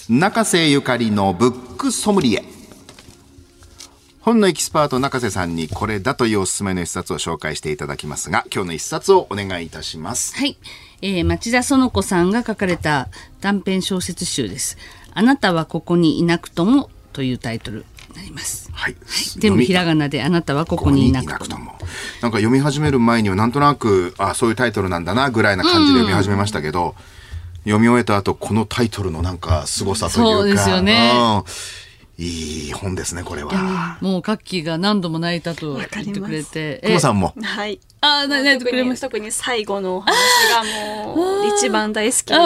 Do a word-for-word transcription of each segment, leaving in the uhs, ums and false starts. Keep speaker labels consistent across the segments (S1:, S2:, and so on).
S1: 中瀬ゆかりのブックソムリエ。本のエキスパート中瀬さんにこれだというおすすめの一冊を紹介していただきますが、今日の一冊をお願いいたします。
S2: はい、えー、町田園子さんが書かれた短編小説集です。あなたはここにいなくともというタイトルになります。
S1: はい、
S2: はい、全部ひらがなであなたはここにいなくとも。
S1: なんか読み始める前にはなんとなくあそういうタイトルなんだなぐらいな感じで読み始めましたけど、うん、読み終えた後このタイトルのなんか凄さというか、
S2: そうですよね、
S1: うん、いい本ですねこれは。
S2: もうカッキーが何度も泣いたと言ってくれて、
S1: 久保さんも、
S3: はい、
S2: あ泣いてくれました。
S3: 特に最後のお話がもう一番大好きです。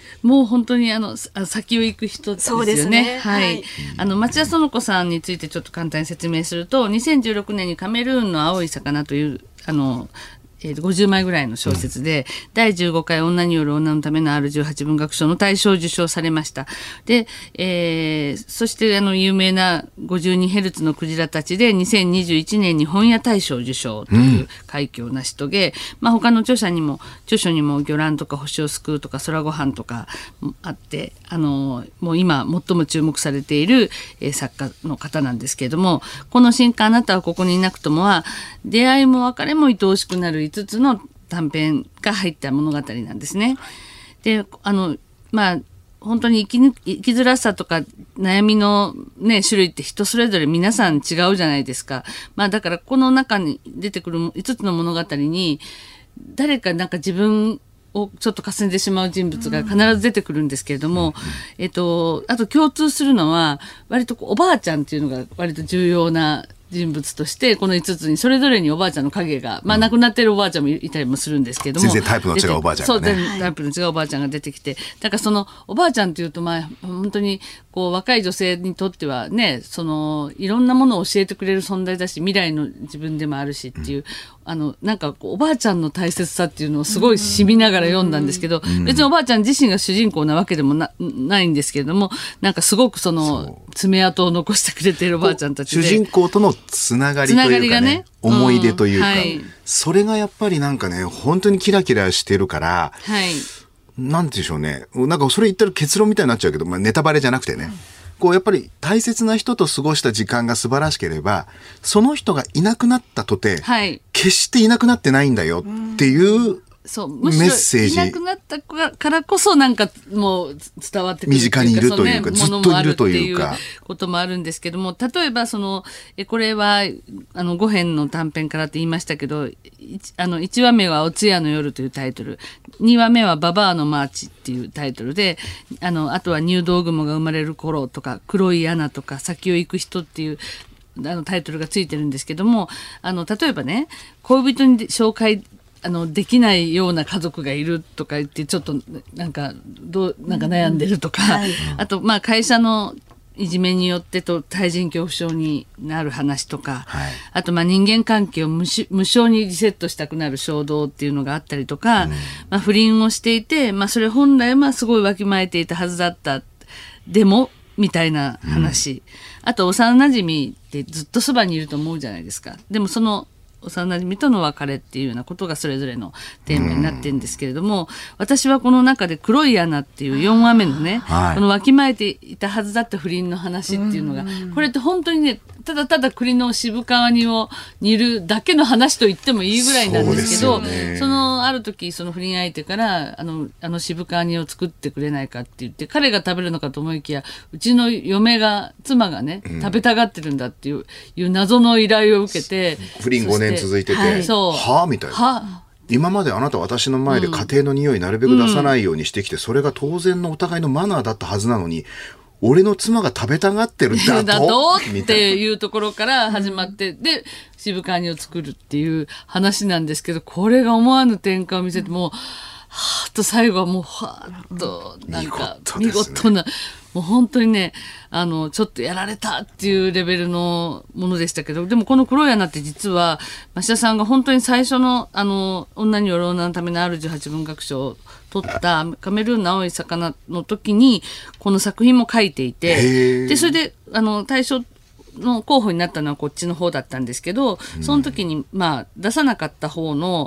S2: もう本当にあの先を行く人ですよね。そうですね、はい、はい、あの町田園子さんについてちょっと簡単に説明すると、にせんじゅうろくねんにカメルーンの青い魚というあのえー、ごじゅうまいぐらいの小説で、うん、だいじゅうごかい女による女のための アールじゅうはち 文学賞の大賞を受賞されました。で、えー、そしてあの有名な ごじゅうにヘルツ のクジラたちでにせんにじゅういちねんに本屋大賞受賞という快挙を成し遂げ、うん、まあ、他の著者にも著書にも魚卵とか星を救うとか空ごはんとかあって、あのもう今最も注目されている、えー、作家の方なんですけれども、この新刊あなたはここにいなくともは出会いも別れも愛おしくなるいつつの短編が入った物語なんですね。で、あのまあ本当に生きぬ生きづらさとか悩みの、ね、種類って人それぞれ皆さん違うじゃないですか。まあだからこの中に出てくるいつつの物語に誰かなんか自分をちょっと霞んでしまう人物が必ず出てくるんですけれども、うん、えっとあと共通するのは割とおばあちゃんっていうのが割と重要な人物としてこのいつつにそれぞれにおばあちゃんの影が、まあ、亡くなってるおばあちゃんもいたりもするんですけども、
S1: 全然タイプの違うおばあちゃんがね、
S2: そう全然タイプの違うおばあちゃんが出てきて、だからそのおばあちゃんっていうと、まあ本当にこう若い女性にとってはね、そのいろんなものを教えてくれる存在だし未来の自分でもあるしっていう、うん、あのなんかこうおばあちゃんの大切さっていうのをすごい染みながら読んだんですけど、うん、別におばあちゃん自身が主人公なわけでも な, ないんですけれども、なんかすごくその爪痕を残してくれているおばあちゃんたちで、
S1: 主人公とのつながりというかね、ね、思い出というか、うん、はい、それがやっぱりなんかね本当にキラキラしてるから、はい、なんていうんでしょうね、なんかそれ言ったら結論みたいになっちゃうけど、まあ、ネタバレじゃなくてね、うん、こうやっぱり大切な人と過ごした時間が素晴らしければその人がいなくなったとて、はい、決していなくなってないんだよっていう
S2: そうむしろメッセージ、いなくなったからこそなんかもう伝わってくるっていうか、身近にいるというか、ね、ずっといるというかこともあるんですけども、例えばそのえこれはあのご編の短編からって言いましたけど、あのいちわめはお通夜の夜というタイトル、にわめはババアのマーチっていうタイトルで、あのあとは入道雲が生まれる頃とか黒い穴とか先を行く人っていうあのタイトルがついてるんですけども、あの例えばね、恋人に紹介あのできないような家族がいるとか言ってちょっとなんかどうなんか悩んでるとか、うんはい、あとまあ会社のいじめによってと対人恐怖症になる話とか、はい、あとまあ人間関係を無し無償にリセットしたくなる衝動っていうのがあったりとか、うん、まあ、不倫をしていて、まあ、それ本来はすごいわきまえていたはずだったでもみたいな話、うん、あと幼馴染ってずっとそばにいると思うじゃないですか。でもその幼馴染との別れっていうようなことがそれぞれのテーマになってるんですけれども、私はこの中で黒い穴っていうよんわめのね、はい、このわきまえていたはずだった不倫の話っていうのが、これって本当にね、ただただ栗の渋皮煮を煮るだけの話と言ってもいいぐらいなんですけど、 そ, ね、そのある時その不倫相手からあのあの渋皮煮を作ってくれないかって言って、彼が食べるのかと思いきやうちの嫁が妻がね、うん、食べたがってるんだっていう、いう謎の依頼を受けて、
S1: 不倫ごねん続いてて、はい、はあみたいな、は今まであなた私の前で家庭の匂いなるべく出さないようにしてきて、うん、それが当然のお互いのマナーだったはずなのに俺の妻が食べたがってるんだと
S2: だとっていうところから始まって、うん、で渋皮煮を作るっていう話なんですけど、これが思わぬ展開を見せてもう、うん、はーっと最後はもうはーっとなんか見事な、もう本当にね、あのちょっとやられたっていうレベルのものでしたけど、でもこの黒い穴って実は増田さんが本当に最初のあの女による女のための アールじゅうはち 文学賞を取ったカメルーンの青い魚の時にこの作品も書いていて、でそれであの大賞の候補になったのはこっちの方だったんですけど、その時にまあ出さなかった方の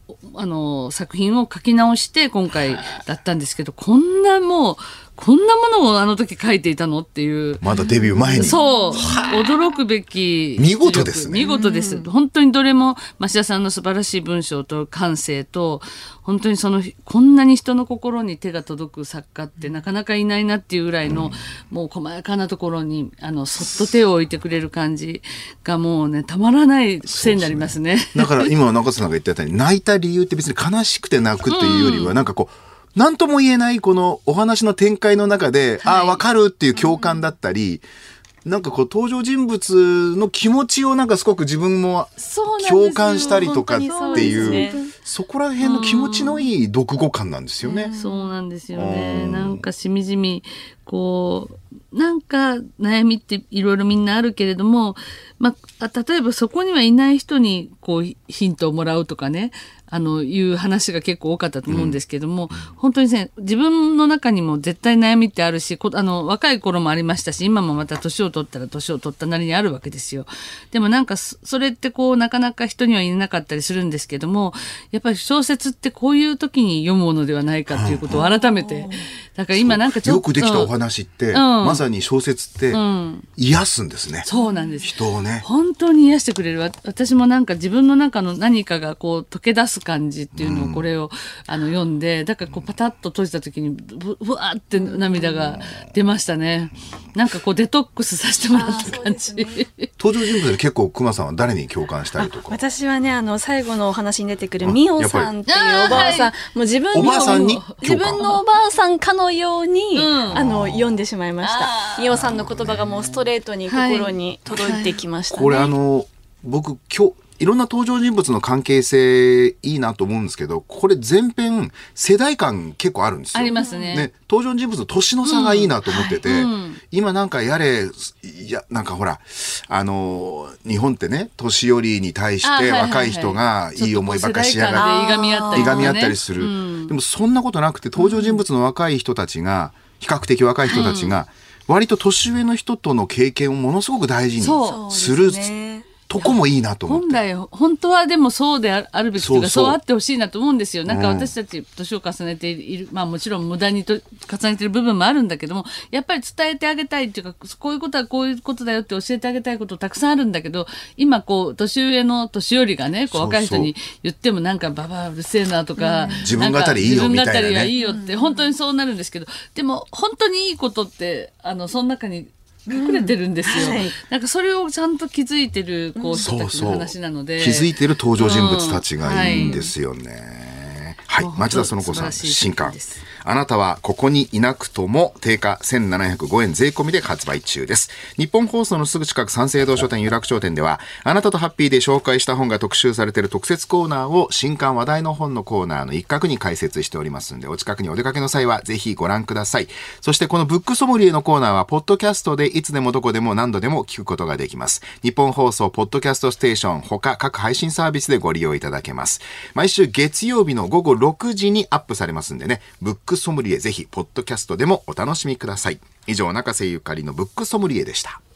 S2: あの作品を書き直して今回だったんですけど、こんなもうこんなものをあの時書いていたのっていう。
S1: まだデビュー前に。
S2: そう。驚くべき。
S1: 見事ですね。
S2: 見事です。本当にどれも増田さんの素晴らしい文章と感性と、本当にその、こんなに人の心に手が届く作家ってなかなかいないなっていうぐらいの、うん、もう細やかなところに、あの、そっと手を置いてくれる感じがもうね、たまらない癖になりますね。
S1: だから今中瀬さんが言ってたように、泣いた理由って別に悲しくて泣くっていうよりは、うん、なんかこう、なんとも言えないこのお話の展開の中で、はい、ああ、わかるっていう共感だったり、うん、なんかこう登場人物の気持ちをなんかすごく自分も共感したりとかっていう、そこら辺の気持ちのいい読後感なんですよね。
S2: うん、そうなんですよね。なんかしみじみ、こう、なんか悩みっていろいろみんなあるけれども、まあ、例えばそこにはいない人にこうヒントをもらうとかね、あのいう話が結構多かったと思うんですけども、うん、本当にね、自分の中にも絶対悩みってあるし、こあの若い頃もありましたし、今もまた年を取ったら年を取ったなりにあるわけですよ。でもなんかそれってこうなかなか人には言えなかったりするんですけども、やっぱり小説ってこういう時に読むものではないかということを改めて、だから今なんかちょっと
S1: よくできたお話って、うん、まさに小説って癒すんですね。
S2: うん、そうなんです。
S1: 人をね。
S2: 本当に癒してくれる。私もなんか自分の中の何かがこう溶け出す感じっていうのをこれを、うん、あの読んで、だからこうパタッと閉じた時にぶぶわーって涙が出ましたね。なんかこうデトックスさせてもらった感じ。ね、
S1: 登場人物で結構熊さんは誰に共感したりとか。
S3: 私はね、あの最後のお話に出てくるミオさんっていうおばあさん、もう自分の
S1: おばあさんに
S3: 自分のおばあさんかのように、うん、あの読んでしまいました。ミオさんの言葉がもうストレートに心に届いてきましたね。
S1: はいはい、これあの僕今日いろんな登場人物の関係性いいなと思うんですけど、これ全編世代間結構あるんですよ。
S2: ありますね。
S1: ね、登場人物の年の差がいいなと思ってて、うんはい、今なんかやれ、いや、なんかほら、あの、日本ってね、年寄りに対して若い人がいい思いばっかしやがって、
S2: いがみ合ったり、
S1: いがみ合ったりする、うん。でもそんなことなくて、登場人物の若い人たちが、比較的若い人たちが、割と年上の人との経験をものすごく大事にする。とこもいいなと思って。
S2: 本来、本当はでもそうであるべきというか、そうあってほしいなと思うんですよ。なんか私たち年を重ねている、まあもちろん無駄にと重ねている部分もあるんだけども、やっぱり伝えてあげたいっていうか、こういうことはこういうことだよって教えてあげたいことたくさんあるんだけど、今こう、年上の年寄りがね、こう若い人に言ってもなんかババアうるせえなとか、
S1: うん、自分語りいいよみたいなね。
S2: 自分語りはいいよって、本当にそうなるんですけど、でも本当にいいことって、あの、その中に、隠れてるんですよ、うんはい、なんかそれをちゃんと気づいてるこう人たちの話なので、
S1: そうそう気づいてる登場人物たちがいいんですよね、うん、はい、はい、町田園子さん新刊あなたはここにいなくとも定価せんななひゃくごえん税込みで発売中です。日本放送のすぐ近く三省堂書店有楽町店ではあなたとハッピーで紹介した本が特集されている特設コーナーを新刊話題の本のコーナーの一角に開設しておりますので、お近くにお出かけの際はぜひご覧ください。そしてこのブックソムリエのコーナーはポッドキャストでいつでもどこでも何度でも聞くことができます。日本放送ポッドキャストステーション他各配信サービスでご利用いただけます。毎週月曜日の午後ろくじにアップされますんでね、ブックソムリエぜひポッドキャストでもお楽しみください。以上、中瀬ゆかりのブックソムリエでした。